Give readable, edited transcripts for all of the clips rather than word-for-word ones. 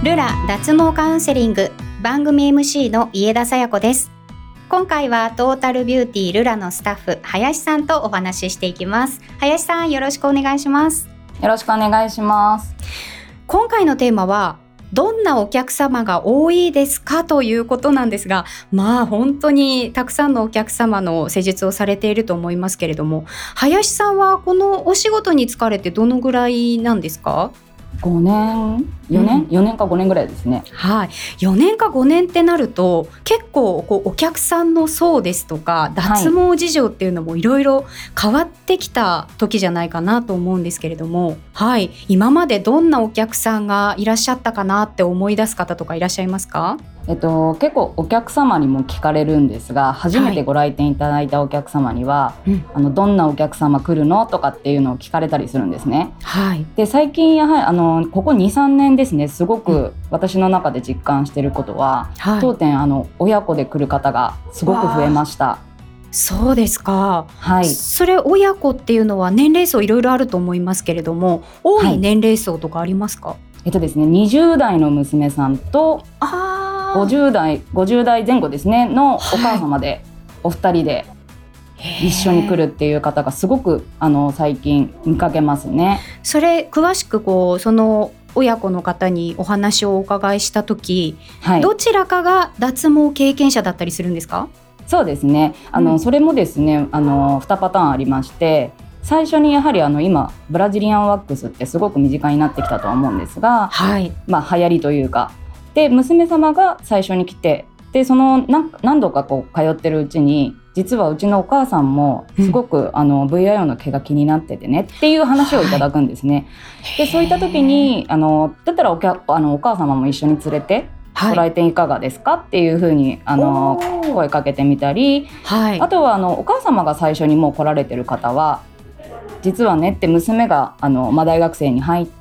ルラ脱毛カウンセリング番組 MC の家田紗耶子です。今回はトータルビューティールラのスタッフ林さんとお話ししていきます。林さん、よろしくお願いします。 よろしくお願いします。 今回のテーマはどんなお客様が多いですかということなんですが、本当にたくさんのお客様の施術をされていると思いますけれども、林さんはこのお仕事に就かれてどのぐらいなんですか 5年4年か5年ぐらいですね。 はい、4年か5年ってなると結構お客さんの層ですとか脱毛事情っていうのもいろいろ変わってきた時じゃないかなと思うんですけれども、はい、今までどんなお客さんがいらっしゃったかなって思い出す方とかいらっしゃいますか？ 結構お客様にも聞かれるんですが、初めてご来店いただいたお客様には、どんなお客様来るのとかっていうのを聞かれたりするんですね。 はい、 で最近やはりここ 2,3 年ですね、すごく私の中で実感していることは、当店親子で来る方がすごく増えました。 そうですか。 はい、 それ親子っていうのは年齢層いろいろあると思いますけれども、多い年齢層とかありますか？ ですね、20代の娘さんと50代前後ですねのお母様で、お二人で一緒に来るっていう方がすごく最近見かけますね。 それ詳しくその親子の方にお話をお伺いしたとき、どちらかが脱毛経験者だったりするんですか？ そうですね、それもですね2パターンありまして、最初にやはり今ブラジリアンワックスってすごく身近になってきたとは思うんですが、流行りというかで、娘様が最初に来て、で何度か通ってるうちに、実はうちのお母さんもすごくVIO の毛が気になっててねっていう話をいただくんですね。でそういった時にだったらお母様も一緒に連れてご来店いかがですかっていう風に声かけてみたり、あとはお母様が最初にもう来られてる方は、実はねって娘が大学生に入って、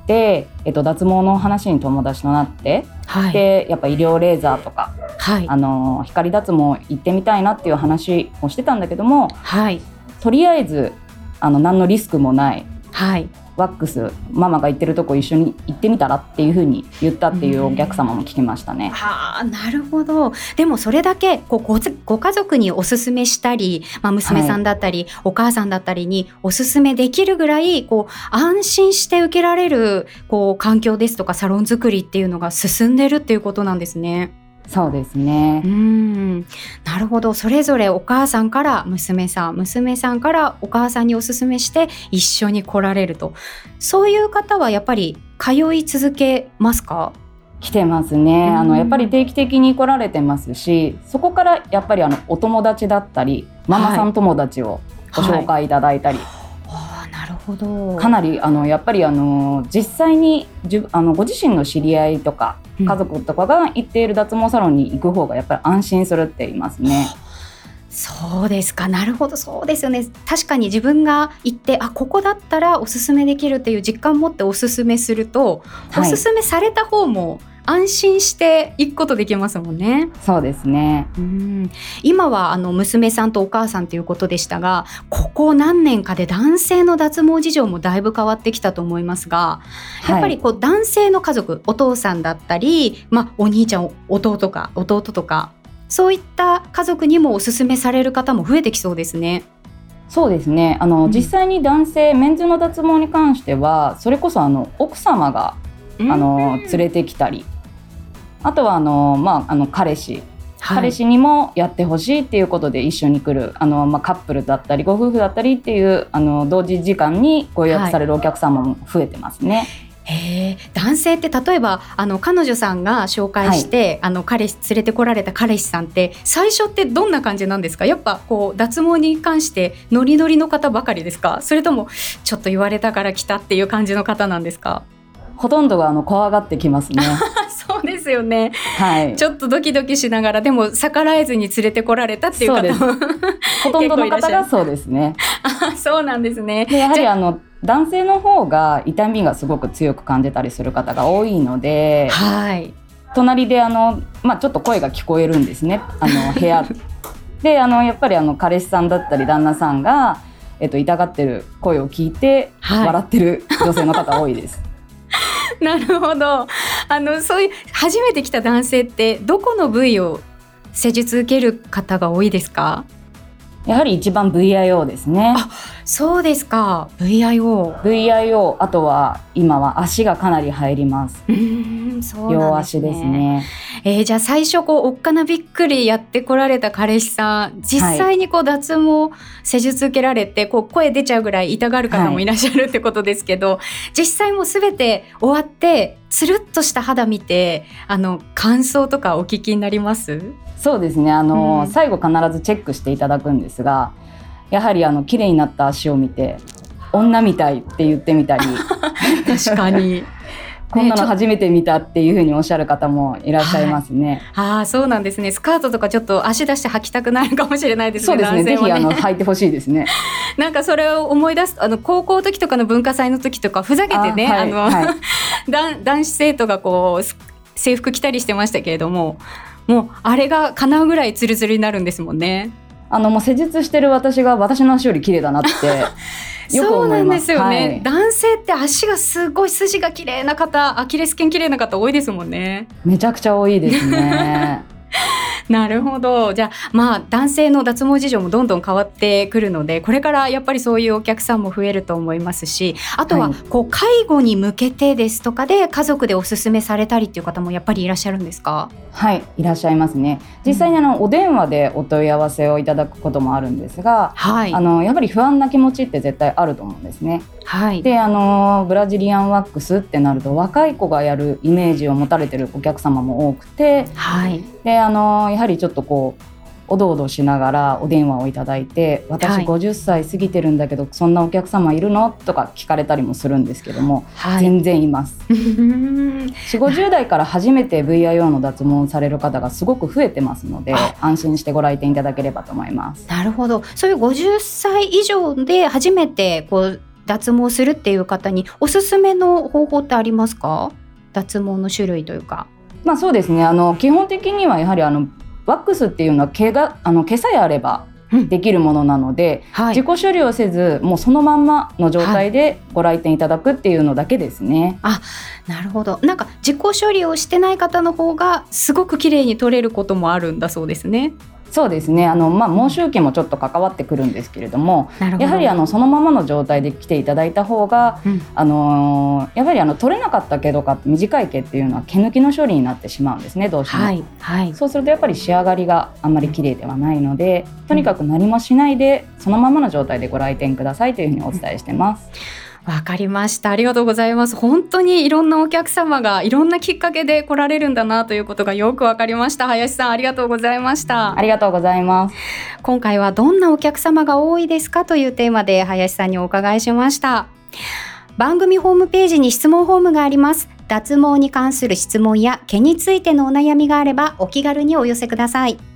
脱毛の話に友達となって、でやっぱ医療レーザーとか、光脱毛行ってみたいなっていう話をしてたんだけども、とりあえず何のリスクもない、ワックスママが行ってるとこ一緒に行ってみたらっていう風に言ったっていうお客様も聞きましたね。 なるほど。でもそれだけご家族におすすめしたり、娘さんだったり、お母さんだったりにおすすめできるぐらい安心して受けられる環境ですとかサロン作りっていうのが進んでるっていうことなんですね。 そうですね。 なるほど。それぞれお母さんから娘さんからお母さんにおすすめして一緒に来られると、そういう方はやっぱり通い続けますか？ 来てますね。やっぱり定期的に来られてますし、そこからやっぱりお友達だったりママさん友達をご紹介いただいたり、 なるほど。 かなりやっぱり実際にご自身の知り合いとか家族とかが行っている脱毛サロンに行く方がやっぱり安心するって言いますね。 そうですか。なるほど。そうですよね。確かに自分が行ってここだったらおすすめできるっていう実感を持っておすすめすると、おすすめされた方も安心して行くことできますもんね。 そうですね。 今は娘さんとお母さんということでしたが、ここ何年かで男性の脱毛事情もだいぶ変わってきたと思いますが、やっぱり男性の家族、お父さんだったり、お兄ちゃん、弟とかそういった家族にもおすすめされる方も増えてきそうですね。 そうですね。実際に男性メンズの脱毛に関しては、それこそ奥様が連れてきたり、あとは彼氏にもやってほしいっていうことで一緒に来るカップルだったりご夫婦だったりっていう同時時間にご予約されるお客様も増えてますね。 男性って例えば彼女さんが紹介して、彼氏連れてこられた彼氏さんって最初ってどんな感じなんですか？やっぱ脱毛に関してノリノリの方ばかりですか？それともちょっと言われたから来たっていう感じの方なんですか？ ほとんどが怖がってきますね。 そうですよね、ちょっとドキドキしながらでも逆らえずに連れてこられたっていう方もほとんどの方がそうですね。 そうなんですね。 でやはり男性の方が痛みがすごく強く感じたりする方が多いので、隣でちょっと声が聞こえるんですね、部屋でやっぱり彼氏さんだったり旦那さんが、痛がってる声を聞いて、笑ってる女性の方多いです。 なるほど。 そういう初めて来た男性ってどこの部位を施術受ける方が多いですか？ やはり一番 VIO ですね。 あ、そうですか。 VIO、 あとは今は足がかなり入ります。 そうなんですね。 両足ですね。 じゃあ最初おっかなびっくりやってこられた彼氏さん、実際に脱毛施術受けられて声出ちゃうぐらい痛がる方もいらっしゃるってことですけど、実際もうすべて終わってつるっとした肌見て感想とかお聞きになります？ そうですね、最後必ずチェックしていただくんですが、やはり綺麗になった足を見て女みたいって言ってみたり確かにこんなの初めて見たっていうふうにおっしゃる方もいらっしゃいますね。 そうなんですね。スカートとかちょっと足出して履きたくなるかもしれないですね。 そうですね、ぜひ履いてほしいですね。 なんかそれを思い出す高校の時とかの文化祭の時とかふざけてね、男子生徒が制服着たりしてましたけれども、もうあれが叶うぐらいツルツルになるんですもんね。 もう施術してる私が私の足より綺麗だなってよく思います。そうなんですよね、 男性って足がすごい筋が綺麗な方、アキレス腱綺麗な方多いですもんね。 めちゃくちゃ多いですね。 なるほど。じゃあ男性の脱毛事情もどんどん変わってくるので、これからやっぱりそういうお客さんも増えると思いますし、あとは介護に向けてですとかで家族でおすすめされたりっていう方もやっぱりいらっしゃるんですか？ はい、いらっしゃいますね。実際にお電話でお問い合わせをいただくこともあるんですが、やっぱり不安な気持ちって絶対あると思うんですね。でブラジリアンワックスってなると若い子がやるイメージを持たれてるお客様も多くて、でやはりちょっとおどおどしながらお電話をいただいて、私50歳過ぎてるんだけどそんなお客様いるのとか聞かれたりもするんですけども、全然います。40、50代から初めて VIO の脱毛をされる方がすごく増えてますので、安心してご来店いただければと思います。 なるほど。そういう50歳以上で初めて脱毛するっていう方におすすめの方法ってありますか？脱毛の種類というか。 そうですね、基本的にはやはりワックスっていうのは毛さえあればできるものなので、自己処理をせずもうそのまんまの状態でご来店いただくっていうのだけですね。 なるほど。なんか自己処理をしてない方の方がすごく綺麗に取れることもあるんだそうですね。 そうですね、毛周期もちょっと関わってくるんですけれども、やはりそのままの状態で来ていただいた方が、やはり取れなかった毛とか短い毛っていうのは毛抜きの処理になってしまうんですね、どうしても。そうするとやっぱり仕上がりがあんまり綺麗ではないので、とにかく何もしないでそのままの状態でご来店くださいというふうにお伝えしてます。 わかりました。ありがとうございます。本当にいろんなお客様がいろんなきっかけで来られるんだなということがよくわかりました。林さん、ありがとうございました。 ありがとうございます。 今回はどんなお客様が多いですかというテーマで林さんにお伺いしました。番組ホームページに質問フォームがあります。脱毛に関する質問や毛についてのお悩みがあればお気軽にお寄せください。